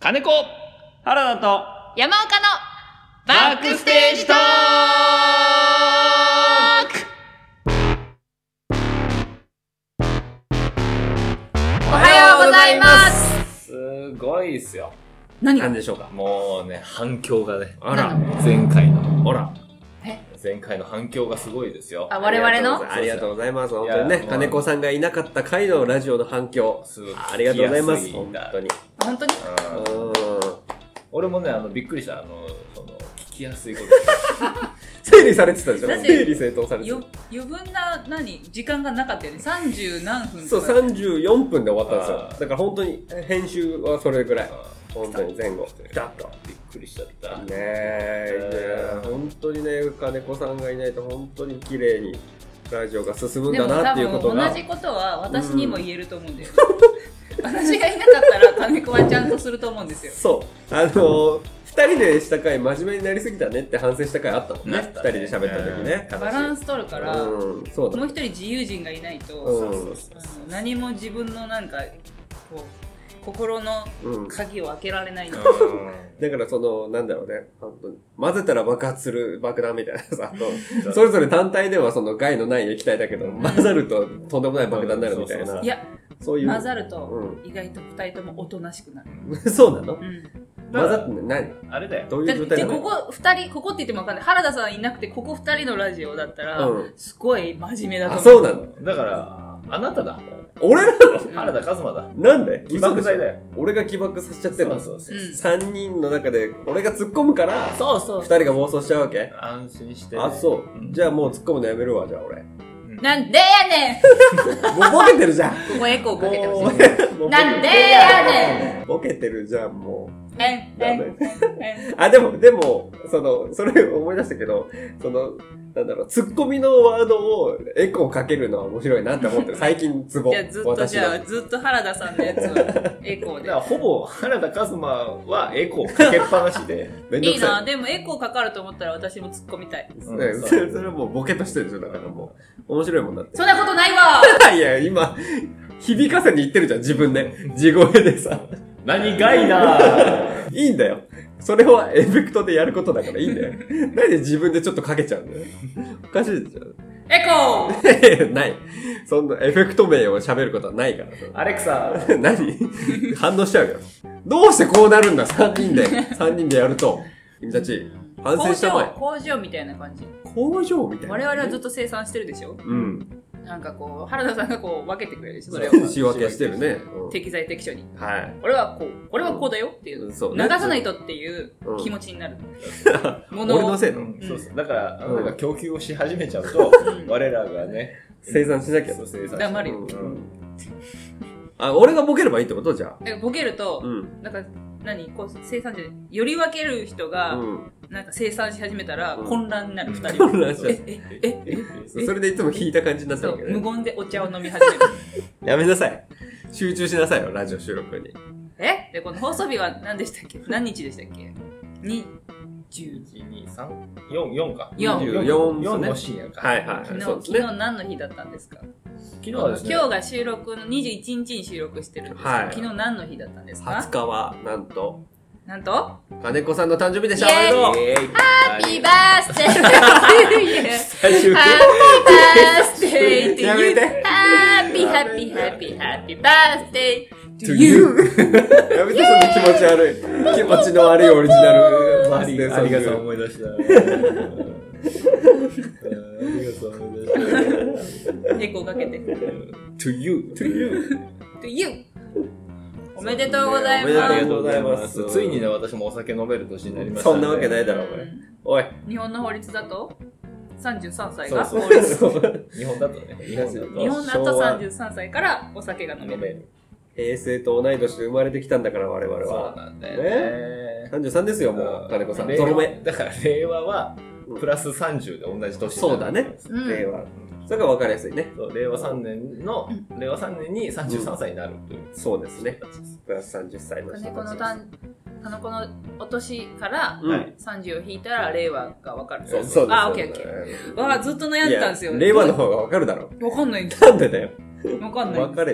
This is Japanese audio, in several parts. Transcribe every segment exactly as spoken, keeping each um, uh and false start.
金子原田と山岡のバックステージトーク。 おはようございます。 すごいですよ。 何が何でしょうか。 もうね、反響がね、 あら、 前回の、 あら、 前回の反響がすごいですよ。 あ、我々のありがとうございます。本いや当にね、 もう金子さんがいなかった回のラジオの反響、 すごいありがとうございます。 聞きやすいんだ本当に。 あ、本当にうんうん俺もね、あの、びっくりした。あの、その、聞きやすいこと。 整理されてたでしょ。 だって整理整頓されてよ余分な何時間がなかったよね。さんじゅう何分た。そう、 とかさんじゅうよんぷんで終わったんですよ。 あーだから本当に編集はそれぐらい。本当に前後。 ピタッと。びっくりしちゃった。 ねえ、ねえ本当にね、金子さんがいないと本当に綺麗にラジオが進むんでだなも多分っていうことが。 同じことは私にも言えると思うんだよ、うん、私がいなかったら金子はちゃんとすると思うんですよ。 そうあのー、ふたりでした回真面目になりすぎたねって反省した回あったもんね。 なったねふたりで喋った時ね。 バランス取るから、 うん、そうだ。 もう一人自由人がいないと、 うんあの何も自分のなんかこう心のうん、 鍵を開けられないの、 だからそのなんだろうね、本当に混ぜたら爆発する爆弾みたいなさ、それぞれ単体ではその害のない液体だけど、混ざるととんでもない爆弾になるみたいな。 いやそういう混ざるとう意外とふたりともおとなしくなる、 ん、そうなの？ うん混ざって何？ あれだよ。 どういだってう状態なの？ ここふたり、ここって言ってもわかんない。原田さんいなくて、ここふたりのラジオだったら、 うんすごい真面目だとあ、 思う。 そうなの？ だから、あなただ。 俺なの？ 原田和馬だ。 なんで？ 起爆剤だよ。 俺が起爆させちゃってるの？ そうそうそう。 うんさんにんの中で俺が突っ込むからそうそうふたりが暴走しちゃうわけ？ 安心してね。 あ、そう。 うんじゃあもう突っ込むのやめるわ、じゃあ俺。 なんでやねんもうボケてるじゃん。 ここエコーかけてほしい。 もうなんでやねボケてるじゃん、もう。 んえん、えん、 ダメ。 えん。 あ、でも、でも、その、それ思い出したけど、その、なんだろう、ツッコミのワードをエコーかけるのは面白いなって思ってる。最近ツボ。 じゃあずっと、 私じゃあの。 ずっと原田さんのやつはエコーでだから。ほぼ原田和馬はエコーかけっぱなしで。 いいな、 めんどくさでもエコーかかると思ったら私も突っ込みたい。 い。 うんねそれそれはもうボケとしてるでしょ、だからもう。面白いもんだって。 そんなことないわいや、今、響かせに言ってるじゃん、自分で。地声でさ。 何がいないいんだよ。それはエフェクトでやることだからいいんだよ。なんで自分でちょっとかけちゃうんだよ。おかしいでしょ。 エコーない。そんなエフェクト名を喋ることはないから。 アレクサ。 何反応しちゃうよ。どうしてこうなるんだ、三人で。三人でやると。君たち、反省工したまえ場、。工場みたいな感じ。 工場みたいな。 我々はずっと生産してるでしょ。 うん。 なんかこう、原田さんがこう分けてくれるでしょ、それを。 仕分けしてるね。うん適材適所に。 はい。 俺はこう、俺はこうだよっていう。 そうね流さないとっていう気持ちになる。ものを俺のせいのうんそうそう。だから、あうんなたが供給をし始めちゃうと、 うん我らがね、 生産しなきゃそう生産し黙るよ。 うんあ、俺がボケればいいってことじゃあ。 だからボケるとう、ん。 なんか、何こう、生産者で、より分ける人が、 うん。 なんか生産し始めたらうん混乱になる二人。 混乱しちゃうえ、え、え、え、えそれでいつも引いた感じになったそう、 わけね無。言でお茶を飲み始める。 やめなさい。集中しなさいよ、ラジオ収録に。 えで、この放送日は何でしたっけ何日でしたっけに、じゅう。 いち、に、さん、よん、よんか。 よんよんよんの深夜か。 はいはい。 昨日、 そうですね。 昨日何の日だったんですか昨日はですね、 今日が収録のにじゅういちにちに収録してるんですけど、 はい昨日何の日だったんですかはつかは、なんと、 なんと金子さんの誕生日でした。 イエーイおめでとうえーハッピーバースデー最終ハッピーバースデー to やめ you てハッピーハッピーハッピーハッピーバースデー to to you! you やめて、その気持ち悪い。気持ちの悪いオリジナルバありースデーソング。 ありがとう思い出した。ありがとう思い出した。 エコーかけて to you, to you. to you おめでとうございおめでとうますありがとうございますついにね、私もお酒飲める年になりましたそんなわけないだろ、おい。おい。 日本の法律だとさんじゅうさんさいがそう法律日本だとね、日本だと日本だとさんじゅうさんさいからお酒が飲める飲める。 平成と同い年で生まれてきたんだから、我々 そうは。 なんだよね。 さんじゅうさんですよ、もう、金子さん。 令和ゾロ目。 だから令和はうんプラスさんじゅうで同じ年そうだね。 うん令和。それが分かりやすいね。 そう令和さんねんの、令和さんねんにさんじゅうさんさいになるという。 そうですね。プラスさんじゅっさいの人金子のたちたん金子のお年からうんはいさんじゅうを引いたら令和がわかる。 そうそうです。 あ、オッケーオッケー。わあ、ずっと悩んでたんですよ。 いや令和の方が分かるだろ。 わかんないんだ。 なんでだよ。 わかんない。 分かれよ。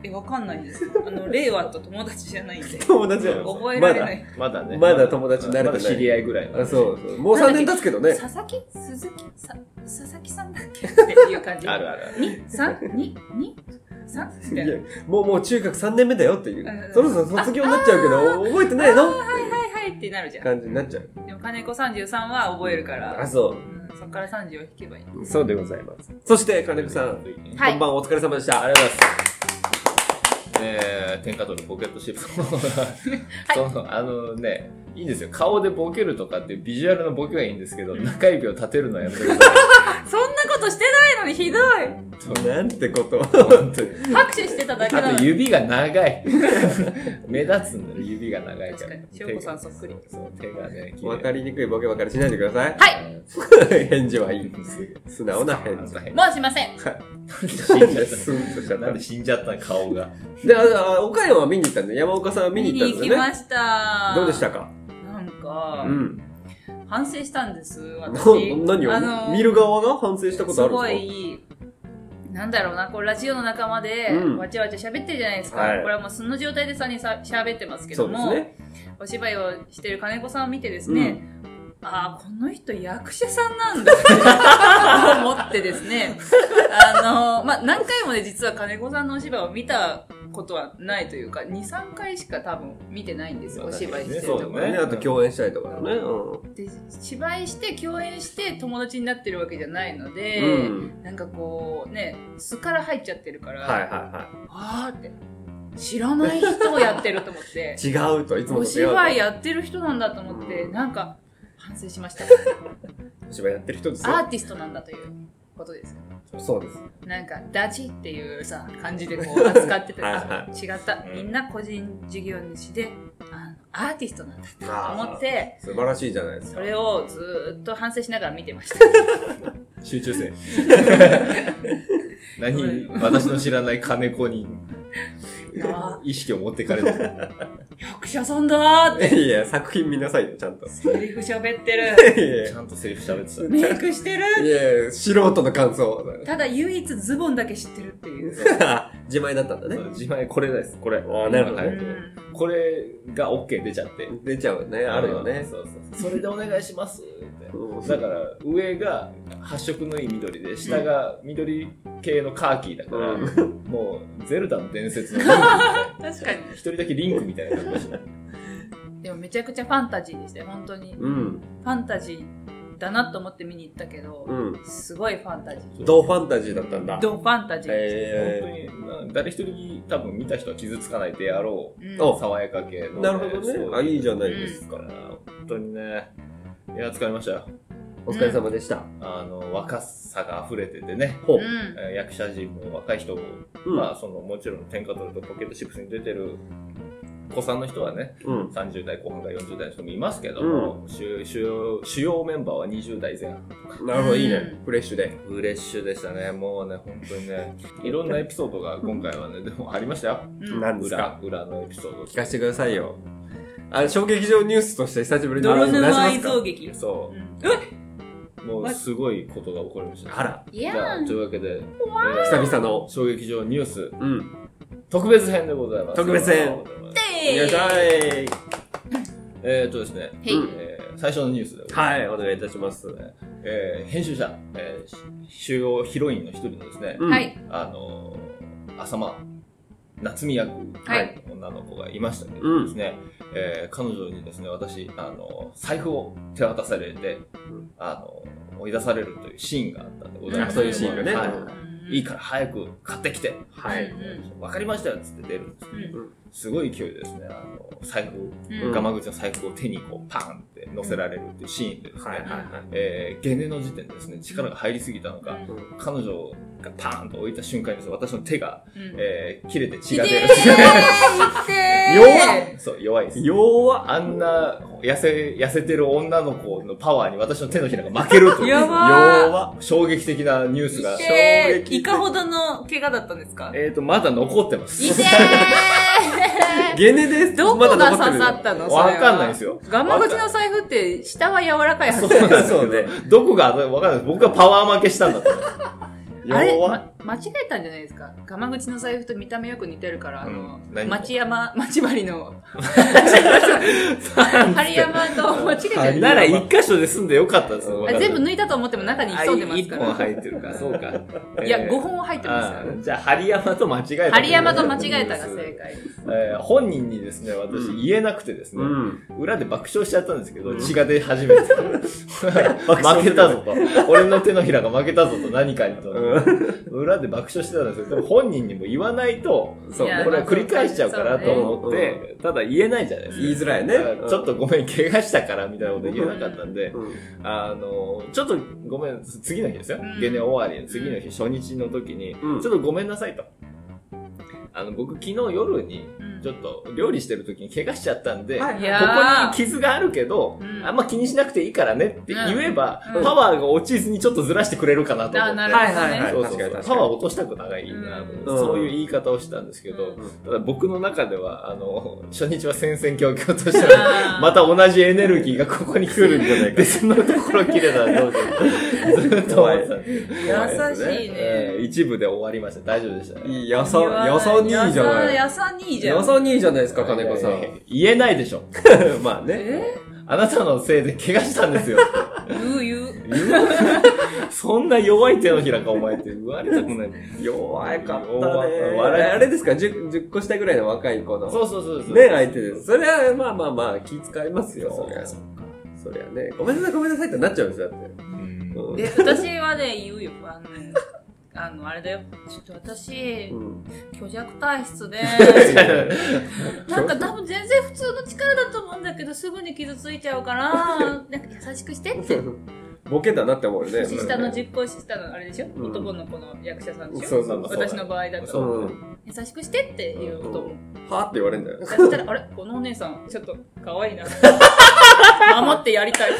え、わかんないです。あの、令和と友達じゃないんで。 友達や覚えられない。 まだね。 まだ友達になれてない。 まだ知り合いぐらい。 あ、そうそう。もうさんねん経つけどね。 佐々木鈴木さ、佐々木さんだっけっていう感じ。 あるあるある。 に、さん、に、に、さんみたいな。 もう、もう中学さんねんめだよっていう。そろそろ卒業になっちゃうけど、覚えてないのはいはいはいってなるじゃん。 感じになっちゃう。 でも金子さんじゅうさんは覚えるから。 あ、そう。 そっからさんじゅうを引けばいい。 そうでございます。そして金子さん、本番お疲れ様でした。 ありがとうございます。えー、天下取るポケットシップスそのあのね、いいんですよ。顔でボケるとかっていうビジュアルのボケはいいんですけど、中指を立てるのはやめてください。 そんなことしてないのにひどい。 なんてこと本当に。 拍手してただけなのに。 あと指が長い。目立つんだよ、指が長いから。 確かに。しょうこさんそっくり。 そう、手がね、 わかりにくいボケばかりしないでください。 はい。 返事はいい。素直な返事。 もうしません。 死んじゃった。スンとしちゃった。なんで死んじゃったの顔が。 で、あ、岡山は見に行ったんで、山岡さんは見に行ったんですね。 見に行きました。 どうでしたか？ なんか、 うん。 反省したんです、私。 何を、あのー、見る側が反省したことあるんですか？すごい、 なんだろうな、こうラジオの仲間で、わちゃわちゃ喋ってるじゃないですか。うん、これはもうその状態でさんにん喋ってますけども、そうですね、お芝居をしてる金子さんを見てですね、うん、ああ、この人役者さんなんだって思ってですね、あのー、まあ、何回もね、実は金子さんのお芝居を見たことはないというか、に、さんかいしか多分見てないんですよ、お芝居してるところ。 ね、あと共演したりとかね。 うん、で、芝居して共演して友達になってるわけじゃないので、うん、なんかこうね、素から入っちゃってるから、はいはいはい。あーって。知らない人をやってると思って。 違うと、いつもと違うと。 お芝居やってる人なんだと思って、うん、なんか反省しました。 お芝居やってる人ですよ。 アーティストなんだということですよ。 そうです。 なんか、ダチっていうさ、感じでこう扱っててはい、はい、違った。みんな個人事業主で、あの、アーティストなんだって思って、 素晴らしいじゃないですか。 それをずーっと反省しながら見てました。 集中せ。何、私の知らない金子に意識を持ってかれた。 役者さんだーって。 いや、作品見なさいよ、ちゃんと。 セリフ喋ってる。 ちゃんとセリフ喋ってた。 メイクしてる。 いや、素人の感想。 ただ唯一ズボンだけ知ってるっていう。 自前だったんだね。 自前、これです。これ。 ああ、なるほど。 これが OK 出ちゃって。 出ちゃうね。あるよね。 そうそう。それでお願いしますって。だから、上が発色のいい緑で、下が緑系のカーキーだから、もう、ゼルダの伝説のリンクみたいな。 確かに。 一人だけリンクみたいな感じでした。 でもめちゃくちゃファンタジーでしたよ、本当に。うん、ファンタジーだなと思って見に行ったけど、うん、すごいファンタジー。 ドファンタジーだったんだ。 ドファンタジーでした。 えー、本当に、誰一人多分見た人は傷つかないであろう、うん、爽やか系の、ね。 なるほどね。あ、いいじゃないですか。 うん、本当にね、いや、疲れましたよ。 お疲れ様でした。 うん、あの、若さが溢れててね。ほう。えー、役者陣も若い人も、うん、まあ、その、もちろん天下取るとポケットシップスに出てる子さんの人はね、うん、さんじゅう代後半からよんじゅう代の人もいますけども、うん、主, 主, 要主要メンバーはにじゅう代前半とか。 なるほど、いいね。フレッシュで。 フレッシュでしたね。もうね、本当にね、いろんなエピソードが今回はね、でもありましたよ。 何ですか？ 裏、裏のエピソード。 聞かせてくださいよ。あ、小劇場ニュースとして久しぶりに泥沼愛憎劇。 そう。うん、えもうすごいことが起こりました。 あら。 いやー。というわけで、 えー、久々の小劇場ニュース、うん、特別編でございます。 特別編。 いらっしゃい。 えーっとですね、えー、最初のニュースでございます。 はい、お願いいたします。 えー、編集者、えー、主要ヒロインの一人のですね、 はい、 あのー、浅間夏美役の女の子がいましたけどですね、うん、えー、彼女にですね、私、あの、財布を手渡されて、うん、あの、追い出されるというシーンがあったんでございます。 そういうシーンがね。 はい、いいから早く買ってきて。 はい。 わかりましたよっつって出るんですけど、うん、すごい勢いでですね、あの、財布、ガマ口の財布を手にこうパーンって乗せられるっていうシーンでですね、えー、ゲネの時点でですね、力が入りすぎたのか、うん、彼女がパーンと置いた瞬間にです、ね、私の手が、うん、えー、切れて血が出る。 弱っそう、弱いです。 弱っあんな痩せ、痩せてる女の子のパワーに私の手のひらが負けるという。 やばー衝撃的なニュースが。 衝撃。いかほどの怪我だったんですか？ えーと、まだ残ってます。 いてーゲネです。 どこが刺さったの？ わかんないですよ。 ガマ口の財布って下は柔らかいはずなんですけど、ね、どこがわかんないです。僕はパワー負けしたんだと思います。 あれ、ま、間違えたんじゃないですか。ガマ口の財布と見た目よく似てるから、あの、うん、町山、町張の、針山と間違えてる。 なら一箇所で住んでよかったですよ。 全部抜いたと思っても中に潜んでますから。 いっぽん入ってるから、そうか。 いや、ごほんは入ってますよ。 じゃあ、針山と間違えた。 針山と間違えたが正解です。 えー、本人にですね、私言えなくてですね、うん、裏で爆笑しちゃったんですけど、うん、血が出始めて、負けたぞと。俺の手のひらが負けたぞと何かにと。裏で爆笑してたんですよ。でも本人にも言わないと、そう、これは繰り返しちゃうからと思って、ただ言えないじゃないですか。 言いづらいね。 ちょっとごめん、怪我したからみたいなこと言えなかったんで、うん、あの、ちょっとごめん、次の日ですよ。ゲネ終わりの次の日、初日の時に、うん、ちょっとごめんなさいと。あの、僕昨日夜に、ちょっと料理してる時に怪我しちゃったんで、うん、ここに傷があるけど、うん、あんま気にしなくていいからねって言えば、うん、パワーが落ちずにちょっとずらしてくれるかなと思って。 なるほどね。はいはいはい。 そうそうそう。パワー落としたくないな、うん、そういう言い方をしたんですけど、うん、ただ僕の中では、あの、初日は戦々恐々としたら、また同じエネルギーがここに来るんじゃないか。別のところ切れたらどうしよう。ずっと思ってたんで。 優しいね、 えー。一部で終わりました。大丈夫でしたね。 いい、やさ、やさにいいじゃない。 やさにいいじゃん。 やさにいいじゃないですか、金子さん。 言えないでしょ。 まあね。 あなたのせいで怪我したんですよ。 言う言う。 そんな弱い手のひらかお前って言われたくない。 弱かったね。あれですか 10, 10個下ぐらいの若い子の。 そうそうそうそう。 ね、相手です。それはまあまあまあ気遣いますよ、そりゃ。そりゃね。ごめんなさいごめんなさいってなっちゃうんですよ、だって。 うん、で、私はね、言うよ。あのあの、あれだよ。ちょっと私、うん、虚弱体質で、なんか多分全然普通の力だと思うんだけど、すぐに傷ついちゃうから、なんか優しくしてって。 ボケだなって思うよね。 年下のじゅっこ下のあれでしょ、うん、男の子の役者さんでしょ、そうそうそう、私の場合だと、うん、優しくしてって言うことも、 うん、はぁって言われるんだよ。 そしたら、あれこのお姉さん、ちょっと可愛いな。守ってやりたい。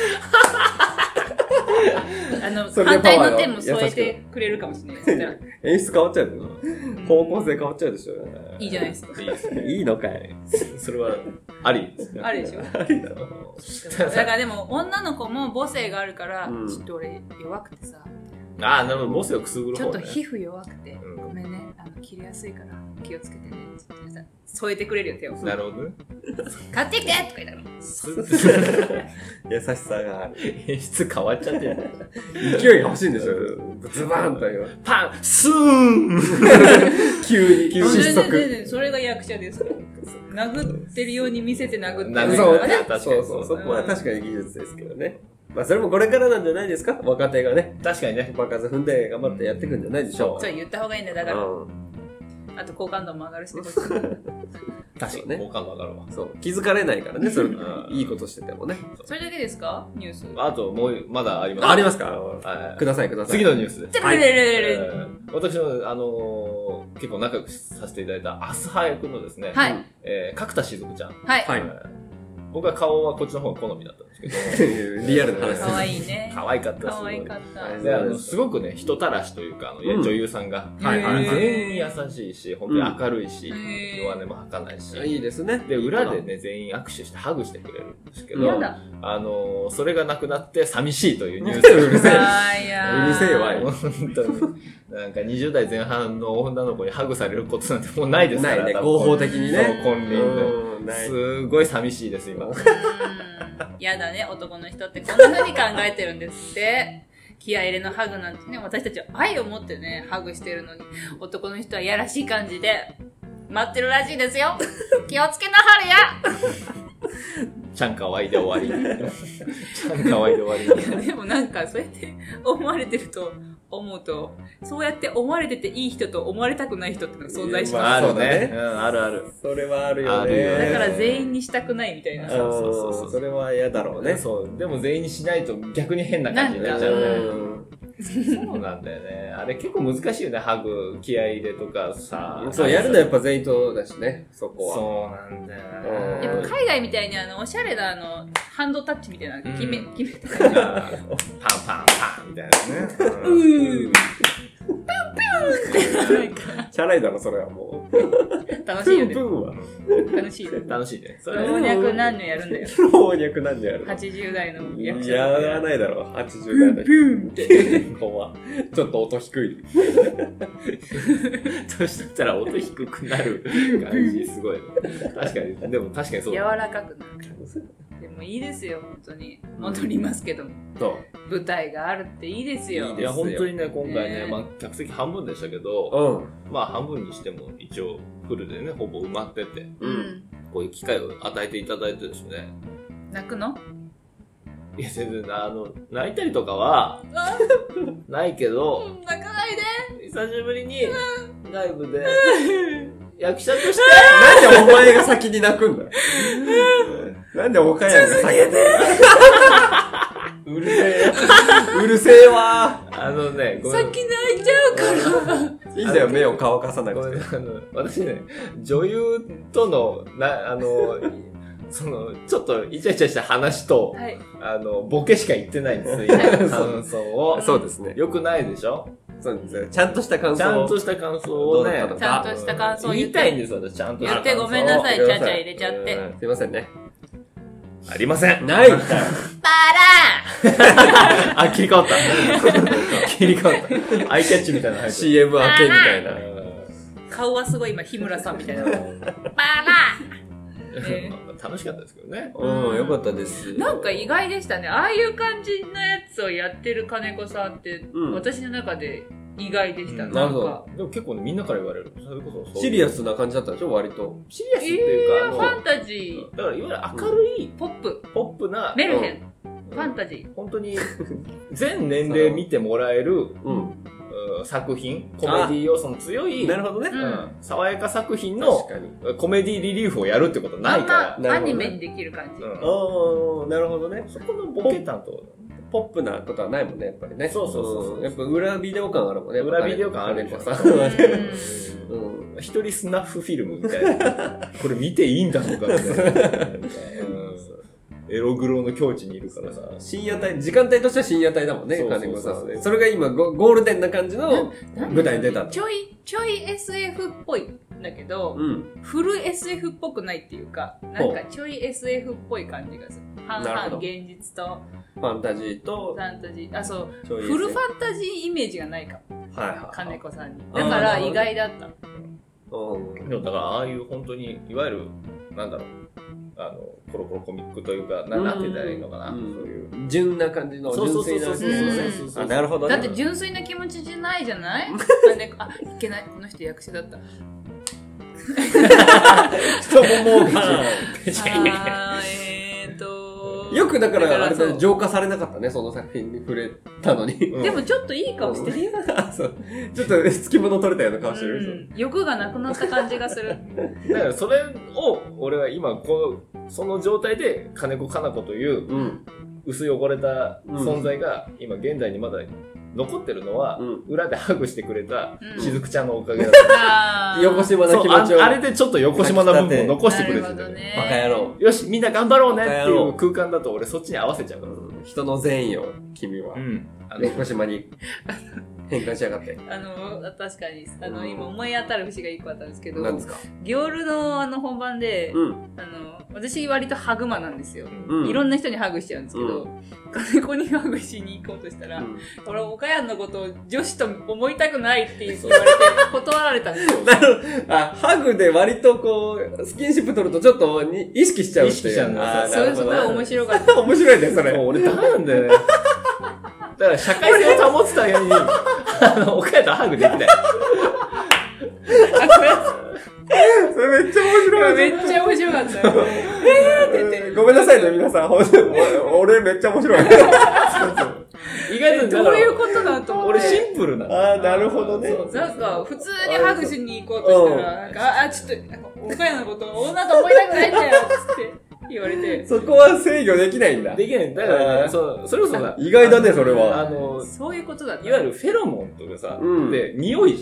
あの、反対の手も添えてくれるかもしれない。 演出変わっちゃうよ。方向性変わっちゃうでしょ。 いいじゃないですか。 いいですね。 いいのかい。 それは、ありですね。 ありでしょ。 ありだろ。 だからでも、女の子も母性があるから、ちょっと俺弱くてさ。 ああ、なるほど。母性をくすぐる方ね。 ちょっと皮膚弱くて、ごめんね。あの、切れやすいから気をつけてね。添えてくれるよ、手を。 なるほどね。 買ってきてとか言ったら。 優しさがある。 演出変わっちゃってる。 勢いが欲しいんでしょ。ズバーンとよ。 パンスーン急に、急に失速。それが役者ですから。殴ってるように見せて殴ってる。 そう、そうそう。そこは確かに技術ですけどね。まあそれもこれからなんじゃないですか、若手がね。 確かにね。 場数踏んで頑張ってやっていくんじゃないでしょう。 そう言った方がいいんだよ、だから。あと好感度も上がるしね。確かにね。好感度上がるわ。 そう。気づかれないからね、それ。いいことしててもね。 それだけですかニュース。 あともう、まだあります。 ありますかください、ください。 次のニュースです。 はい。 私の、あの、結構仲良くさせていただいたアスハ役のですね、 はい。 えー、角田しずくちゃん。 はい。 僕は顔はこっちの方が好みだったんですけど。リアルな話。 かわいいね。 かわいかったです。 かわいかった。 で、あの、すごくね、人たらしというか、あの、女優さんが、全員優しいし、本当に明るいし、弱音も吐かないし。 いいですね。 で、裏でね、全員握手してハグしてくれるんですけど、あの、それがなくなって寂しいというニュース。 うるせえ。 うるせえわ。 本当に。なんかにじゅう代前半の女の子にハグされることなんてもうないですから。 ないね、合法的にね。 そう、金輪で。すごい寂しいです、今。 やだね、男の人ってこんな風に考えてるんですって。気合い入れのハグなんてね、私たちは愛を持ってね、ハグしてるのに、男の人はやらしい感じで、待ってるらしいですよ。気をつけなはれや。 ちゃんかわいで終わり。ちゃんかわいで終わり。 いや、でもなんか、そうやって思われてると思うと、そうやって思われてていい人と思われたくない人ってのが存在します。 あるね。うん、あるある。 それはあるよね。 だから全員にしたくないみたいな。 そうそうそう。それは嫌だろうね。 そう。でも全員にしないと逆に変な感じになっちゃうね。そうなんだよね。あれ結構難しいよね、ハグ、気合い入れとかさ。 そう、やるのはやっぱ全員とだしね、そこは。 そうなんだよね。 やっぱ海外みたいにあの、おしゃれなあの、ハンドタッチみたいな、決め、決めた感じ。 パンパンパンみたいなね。うん。 パンパンって。 チャラいだろ、それはもう。 楽しいよね。 プンプンは楽しいよ。 楽しいね。 それ老若男女やるんだよ。 老若男女やる。 はちじゅう代の役者。 やらないだろ、はちじゅう代の。 プンって。 怖ちょっと音低い。 年取ったら音低くなる感じ、すごい。確かに、でも確かにそう。 柔らかくなる。でもいいですよ、本当に。戻りますけども。 そう。 舞台があるっていいですよ。 いや、本当にね、今回ね、まあ、客席半分でしたけど、まあ、半分にしても一応、フルでね、ほぼ埋まってて、こういう機会を与えていただいてですね。 泣くの？ いや、全然、あの、泣いたりとかは、ないけど、 泣かないで久しぶりに、ライブで、役者として、 なんでお前が先に泣くんだよ。なんで岡山が先にうるせえ。うるせえわ。 あのね、 ごめん。先泣いちゃうから。 いいんだよ、目を乾かさなくて。 あの私ね、女優との、な、あの、その、ちょっとイチャイチャした話と、はい、あの、ボケしか言ってないんですよ、感想を。 そうですね。 よくないでしょ？ そうですね。ちゃんとした感想を。 ちゃんとした感想をね。 ちゃんとした感想を言いたいんです、私、ちゃんとした感想。言ってごめんなさい、ちゃちゃ入れちゃって。 すいませんね。 ありません。 ないんだよ。 パラーあ、切り替わった。切り替わった。アイキャッチみたいな。 シーエム 明けみたいな。 顔はすごい今、日村さんみたいな。パラえー、楽しかったですけどね。 うん、よかったです。 なんか意外でしたね。ああいう感じのやつをやってる金子さんって、うん、私の中で意外でした。うん、 なるほど。 でも結構ね、みんなから言われる。それこそシリアスな感じだったでしょ、割と。 シリアスっていうか、 えー、ファンタジー。 だからいわゆる明るい、 うん、ポップ。 ポップな。 メルヘン。うん、ファンタジー。 本当に、全年齢見てもらえる、うん作品、コメディ要素の強い、 なるほどね、 うん、爽やか作品のコメディリリーフをやるってことないから。 アニメにできる感じ。 うん、ああ、なるほどね。 そこのボケ担当。 ポップなことはないもんね、やっぱりね。 そうそうそう。 やっぱ裏ビデオ感あるもんね。 裏ビデオ感あるんですよ。一人スナッフフィルムみたいな。これ見ていいんだろうかみたいな。エログロの境地にいるからさ。 深夜帯、時間帯としては深夜帯だもんね、金子さんはね。それが今ゴ、ゴールデンな感じの舞台に出た。 ちょい、ちょい エスエフ っぽいんだけど、うん、フル エスエフ っぽくないっていうか、なんかちょい エスエフ っぽい感じがする。半々現実と、 ファンタジーと、 ファンタジー、あ、そう、フルファンタジーイメージがないかも。 はいはい。 金子さんに。だから意外だった。 うん。でもだからああいう本当に、いわゆる、なんだろう。あの、コロコロコミックというか、な、なんて言ったらいいのかな、そういう。 純な感じの、純粋な。そうそうそうそう。なるほどね。だって純粋な気持ちじゃないじゃないあ、いけない。この人役者だった。 太ももが。 あえーと。 よくだから、あれだ、浄化されなかったね、その作品に触れたのに。 でもちょっといい顔してるよ。 そう。ちょっと、つきもの取れたような顔してる。 欲がなくなった感じがする。 だからそれを、俺は今、この、その状態で、金子かな子という、薄汚れた存在が、今現在にまだ残ってるのは、裏でハグしてくれたしずくちゃんのおかげだった。 横島な気持ちを。 あれでちょっと横島な部分を残してくれてる。バカ野郎。 よし、みんな頑張ろうねっていう空間だと俺そっちに合わせちゃうから。 人の善意を、君は。横島に変換しやがって。 あの、確かに、あの、今思い当たる節が一個あったんですけど、 何ですか？ ギョールのあの本番で、あの、私割とハグマなんですよ。いろんな人にハグしちゃうんですけど、金子にハグしに行こうとしたら、俺、岡山のことを女子と思いたくないって言われて、断られたんですよ。 なるほど。あ、ハグで割とこう、スキンシップ取るとちょっとに意識しちゃうっていう。意識しちゃうんだ。それすごい面白かった。 面白いね、それ。 もう俺ダメなんだよね。だから社会性を保つために、あの、岡山とハグできない。 それめっちゃ面白い。 めっちゃ面白かったよ。えーって言って。 ごめんなさいね、皆さん。俺めっちゃ面白い。 意外とどういうことだと思って。 俺シンプルなの。 ああ、なるほどね。 なんか、普通にハグしに行こうとしたら、なんか、あ、ちょっと、岡山のこと女と思いたくないんだよ、つって。言われて。 そこは制御できないんだ。 できない。だから、ね、そう、それこそさ、 意外だね、それは。 あの、そういうことだった。 いわゆるフェロモンとかさ、で、匂いじゃん。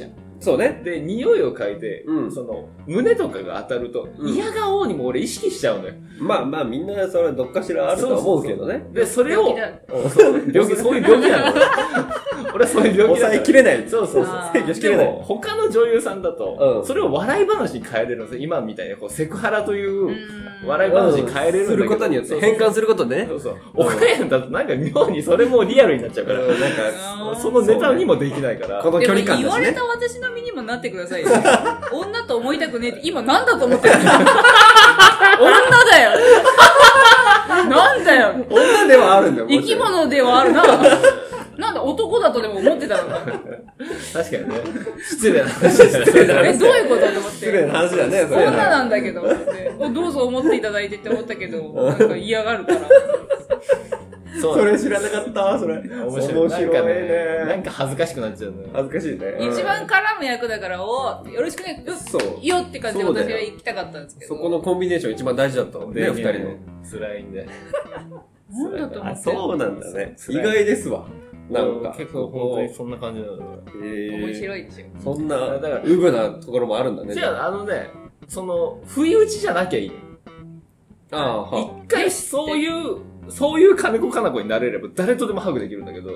そうね。 で、匂いを嗅いで、うん、その、胸とかが当たると、うん、嫌がおうにも俺意識しちゃうのよ。 まあまあみんなそれはどっかしらあるとは思うけどね。そうそうそうで、それを、病気、そういう病気なの。俺はそういう病気だから。 抑えきれない。 そうそうそう。制御しきれない。でも、他の女優さんだと、うん、それを笑い話に変えれるんですよ。今みたいに、こう、セクハラという笑い話に変えれるんだけど。 することによって、変換することね。 そうそう。おかやんだとなんか妙にそれもリアルになっちゃうから、なんか、そのネタにもできないから。 この距離感ですね。 言われた私の身にもなってくださいよ。女と思いたくねえって、今なんだと思ってるの？女だよ。なんだよ。 女ではあるんだよ。 生き物ではあるな。なんだ、男だとでも思ってたのか。 確かにね。失礼な話だね。失礼な話。 え、どういうことと思って。 失礼な話だね、 それ。女なんだけど、どうぞ思っていただいてって思ったけど、なんか嫌がるから。 そ, それ知らなかったそれ面白いね。なんか恥ずかしくなっちゃうね。 恥ずかしいね。 一番絡む役だからおよろしくねよそうよって感じで私は行きたかったんですけど、 そこのコンビネーション一番大事だったもんね、二人の。 辛いんで。 なんだと思って。 そうなんだね。意外ですわ。なんか結構本当にそんな感じなの。 面白いでしょ。 そんなだからウブなところもあるんだね。 じゃああのね、その不意打ちじゃなきゃいい。ああ、一回そういうそういう金子かな子になれれば誰とでもハグできるんだけど、うん、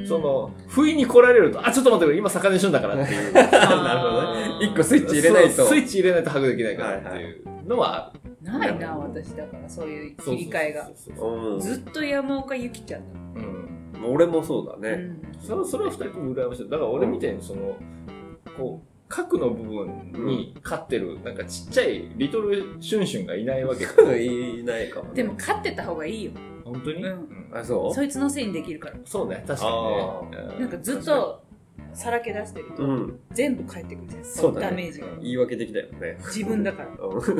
その不意に来られると、あ、ちょっと待ってくれ、今魚一瞬だからっていう。なるほどね。一個スイッチ入れないと。 スイッチ入れないとハグできないからっていうのはある。 ないな、私だからそういう切り替えが。ずっと山岡ゆきちゃんだ。 うん。俺もそうだね。うん、 それそれは二人とも羨ましい。だから俺みたいにその、こう、核の部分に飼ってる、なんかちっちゃいリトルシュンシュンがいないわけだ。 いないかも、ね。 でも飼ってた方がいいよ。 本当に？ うん。あ、そう？そいつのせいにできるから。 そうね、確かにね。 なんかずっとさらけ出してると、うん、全部返ってくるじゃん。そうだね。ダメージが。 言い訳的だよね。 自分だから。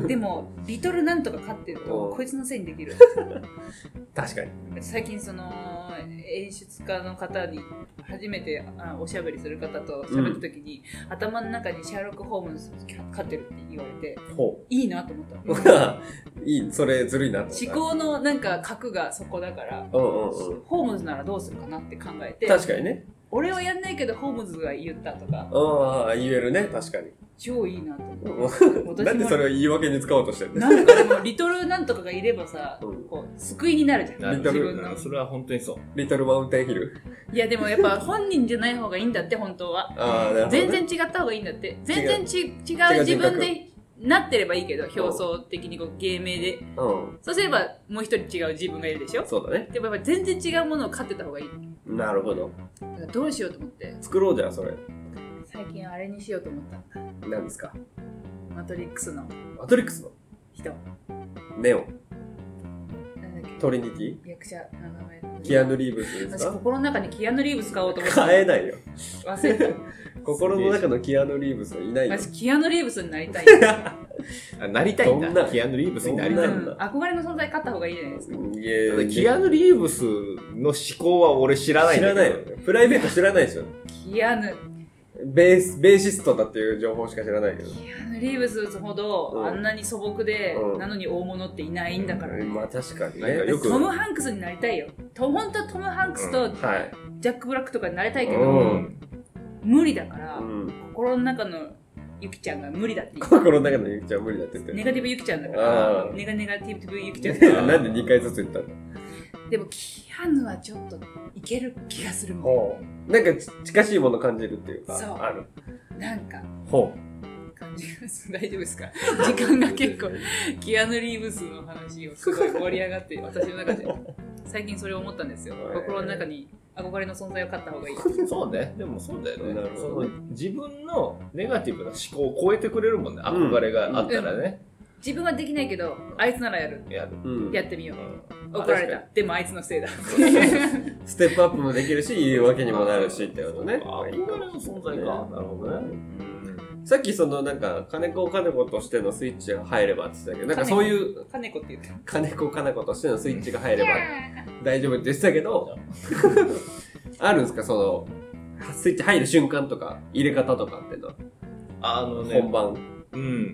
でも、リトルなんとか飼ってると、こいつのせいにできる。 確かに。 最近その、演出家の方に初めてあおしゃべりする方と喋った時に、うん、頭の中にシャーロック・ホームズ飼ってるって言われて、いいなと思った。 いい、それずるいなと思った。 思考のなんか核がそこだから、うんうんうん、ホームズならどうするかなって考えて、 確かにね。 俺はやんないけどホームズが言ったとか、 ああ、言えるね、確かに。 超いいなと思って。 なんでそれを言い訳に使おうとしてるんですか？なんかでもリトルなんとかがいればさ、うん、こう救いになるじゃん。 リトル自分のそれは本当にそう。 リトルマウンテンヒル。 いやでもやっぱ本人じゃない方がいいんだって本当は。ああ、なるほどね。全然違った方がいいんだって。全然ち違う自分でなってればいいけど、表層的にこう芸名で。うん。そうすればもう一人違う自分がいるでしょ。 そうだね。 でもやっぱ全然違うものを飼ってた方がいい。 なるほど。 だからどうしようと思って。 作ろうじゃんそれ。 最近あれにしようと思ったんだ。 何ですか？ マトリックスのマトリックスの人。 ネオ。 なんだっけ？ トリニティ？ 役者の名前。 キアヌ・リーブスですか？ 私心の中にキアヌ・リーブス買おうと思って。 買えないよ。 忘れた。 心の中のキアヌ・リーブスはいないよ。 私キアヌ・リーブスになりたい。 あ、なりたいんだ。キアヌ・リーブスになりたいんだ。 憧れの存在買った方がいいじゃないですか。 いやキアヌ・リーブスの思考は俺知らないんだけど。 知らないよ。プライベート知らないでしょ。 キアヌ。 ベース、ベーシストだっていう情報しか知らないけど。 キアヌ・リーブスほど、うん、あんなに素朴で、うん、なのに大物っていないんだからね。 まあ確かにね。よくトム・ハンクスになりたいよ。と本当はトム・ハンクスと、ジャック・ブラックとかになりたいけど、うん、無理だから、うん、心の中のゆきちゃんが無理だって言って。 心の中のゆきちゃんは無理だって言って。 ネガティブゆきちゃんだから、ネガネガティブゆきちゃんだから。 なんでにかいずつ言ったの？ でもキアヌはちょっといける気がするもん。なんか近しいもの感じるっていうか。 そう。 ある。 なんか。 ほう。感じます。大丈夫ですか？時間が結構、キアヌ・リーブスの話をすごい盛り上がって、私の中で、最近それを思ったんですよ。心の中に憧れの存在を買った方がいい。 そうね。でもそうだよね。なるほど。自分のネガティブな思考を超えてくれるもんね。憧れがあったらね。うんうん、 自分はできないけど、あいつならやる。 やる。 うん、やってみよう。うん、怒られた。でもあいつのせいだ。 ステップアップもできるし、言うわけにもなるしってことね。 憧れの存在か。なるほどね。 さっきそのなんか、金子金子としてのスイッチが入ればって言ってたけど、なんかそういう、 金子って言ってた。 金子金子としてのスイッチが入れば大丈夫って言ってたけど、あるんですかその、スイッチ入る瞬間とか、入れ方とかっていうのは。 あのね。 本番。 うん。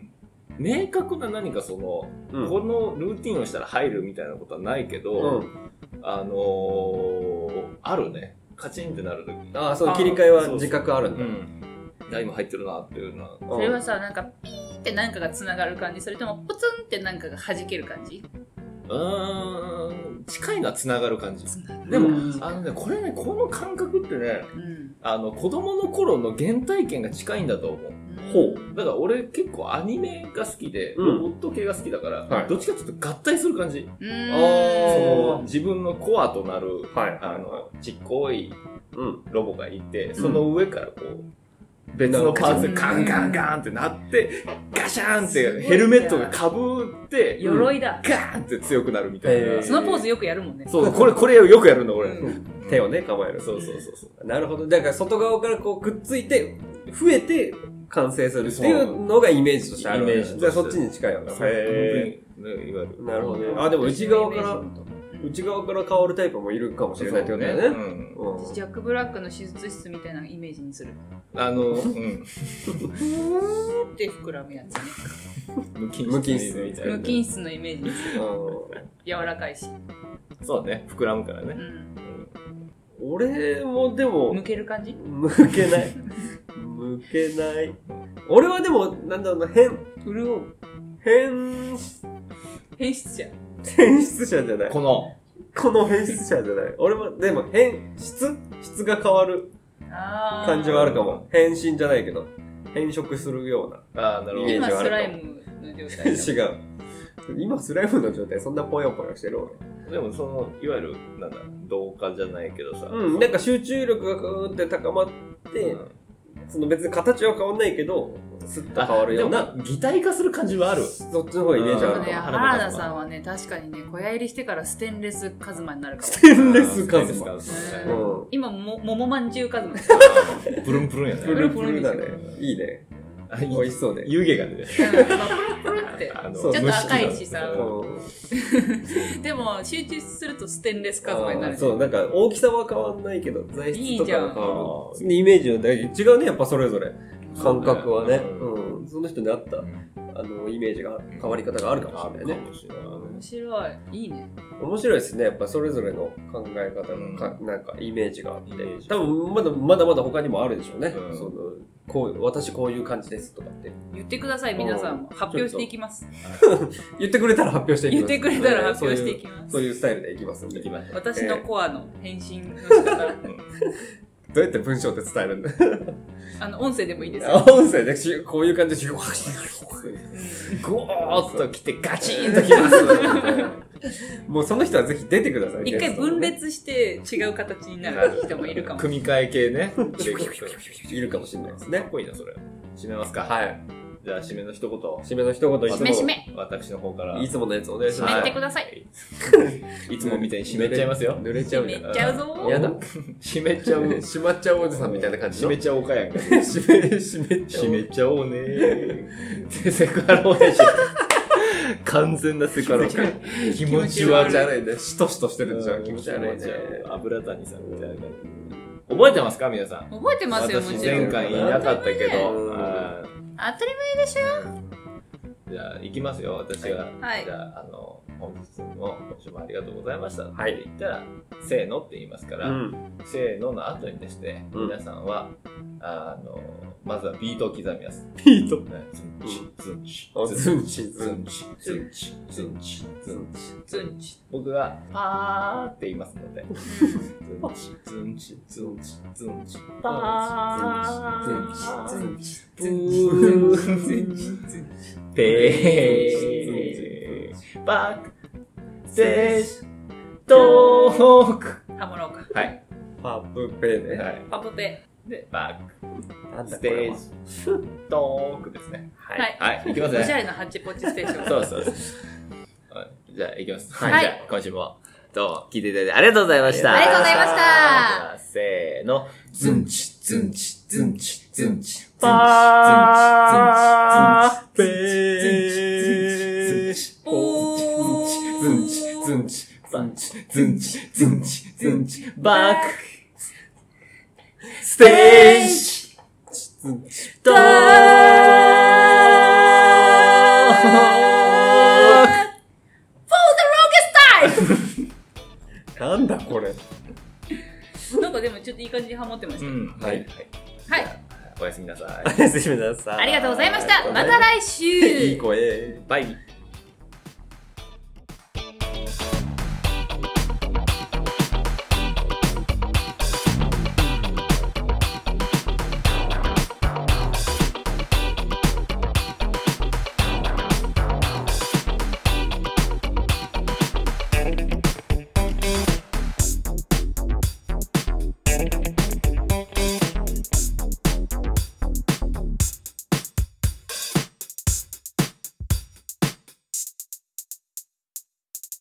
明確な何かその、うん、このルーティンをしたら入るみたいなことはないけど、うん、あのー、あるね。カチンってなるとき。 ああ、その切り替えは自覚あるんだ。 今入ってるなっていうな。 それはさ、なんかピーってなんかが繋がる感じ、それともポツンってなんかが弾ける感じ？ うーん、近いのは繋がる感じ。でも、あのね、これね、この感覚ってね、うん、あの、子供の頃の原体験が近いんだと思う。ほう。だから俺結構アニメが好きで、うん、ロボット系が好きだから、はい、どっちかちょっと合体する感じ。うん、その自分のコアとなる、はい、あの、ちっこいロボがいて、その上からこう、別のパーツでガンガンガンってなって、ガシャーンってヘルメットが被って、 鎧だ。 ガーンって強くなるみたいな。 そのポーズよくやるもんね。 そう、これ、これよくやるんだ、俺。 手をね、構える。 そうそうそうそう。 なるほど。だから外側からこうくっついて、増えて完成するっていうのがイメージとしてある。イメージ。じゃあそっちに近いわけだ。 へぇ。いわゆる。 なるほどね。あ、でも内側から、内側から変わるタイプもいるかもしれないってことだよね。 うん、ジャック・ブラックの手術室みたいなイメージにする。 あの、うん。ふーって膨らむやつね。 無菌室みたいな。 無菌室のイメージにする。柔らかいし。 そうね、膨らむからね。 うん、俺もでも、 向ける感じ？ 向けない。向けない。俺はでも、なんだろうな、変、潤う。変、 変質者。 変質者じゃない。 この、 この変質者じゃない。俺も、でも変、質質が変わる感じはあるかも。変身じゃないけど、変色するようなイメージはあるかも。今スライムの状態。違う。今スライムの状態そんなぽよぽよしてる俺。でもその、いわゆる、なんだ、同化じゃないけどさ。 うん、なんか集中力がグーって高まって、うん、その別に形は変わんないけど、スッと変わるような擬態化する感じはある。 そっちの方がイメージあるかも。 ね、原田さんはね、確かにね、小屋入りしてからステンレスカズマになるかも。 ステンレスカズマ。うん、 今も、桃まんじゅうカズマ。 プルンプルンやね。 プルンプルンだね。いいね。美味しそうで。 湯気がね。 ちょっと赤いしさ。でも集中するとステンレスカズマになる。 そう、なんか大きさは変わんないけど、材質とかが変わる。イメージは違うね、やっぱそれぞれ。感覚はね。うん。その人に合った、あの、イメージが、変わり方があるかもしれないね。 面白い。いいね。 面白いですね。やっぱそれぞれの考え方のか、なんかイメージがあって。多分まだまだまだ他にもあるでしょうね。そのこう私こういう感じですとかって言ってください。皆さんも発表していきます。 言ってくれたら発表していきます。 言ってくれたら発表していきます。 そういうスタイルでいきますんで。 私のコアの返信の仕方。 どうやって文章で伝えるんだあの、音声でもいいですよ。 音声でこういう感じで、ゴーッと来てガチーンと来ます。 もうその人はぜひ出てください。 一回分裂して違う形になる人もいるかも。 組み替え系ね。 いるかもしれないですね。 かっこいいな、それ。締めますか。 はい。 じゃあ、締めの一言。 締めの一言、 締め締め。 私の方から。 いつものやつお願いします。 締めてください。 いつもみたいに締めちゃいますよ。 濡れちゃう。 締めちゃうぞ。 やだ。 締めちゃう。 締まっちゃうおじさんみたいな感じ。 締めちゃおうかやんか。 締め、締めちゃおう。 締めちゃおうねー。セクハラでしょ。完全なセクハラ。気持ち悪いね。しとしとしてるんじゃん。気持ち悪いね。 油谷さんみたいな感じ。覚えてますか皆さん。 覚えてますよ、もちろん。 私前回言いなかったけど。 当たり前でしょ。 じゃあ、行きますよ、私が。 はい。 じゃあ、あの、本日もご視聴ありがとうございました。 はい。 って言ったら、せーのって言いますから、うん、せーのの後にですね、うん、皆さんは、あの、まずはビートを刻みます。 ビート？ ズンチ、 ズンチ、ズンチ、 ズンチ、ズンチ、ズンチ、 ズンチ。 僕が、パーって言いますので、ズンチ、ズンチ、ズンチ、ズンチ、パー、ズンチ、ズンチ、ズンチ、ズンチ、ズンチ、ペー、バック、ステージ、トーク。 ハモろうか。 はい。 パプペね。 はい。 パプペ。 で、バック、ステージ、トークですね。 はい。 はい。いきますね。 おしゃれなハッチポッチステーション。 そうそうそう。じゃあ、いきます。はい。じゃあ、今週も、どうも、聞いていただいてありがとうございました。 ありがとうございました。じゃあ、せーの。ズンチ、ズンチ、ズンチ、ズンチ、 パー、ペー、 ズンチ、ズンチ、ズンチ、ズンチ、ズンチ、ズンチ、バック、ステージ、ドーなんだこれ。 なんかでもちょっといい感じにハモってました。 うん、はい。はい。 はい。 おやすみなさい。 おやすみなさい。 ありがとうございました。また来週。 いい声。 バイ。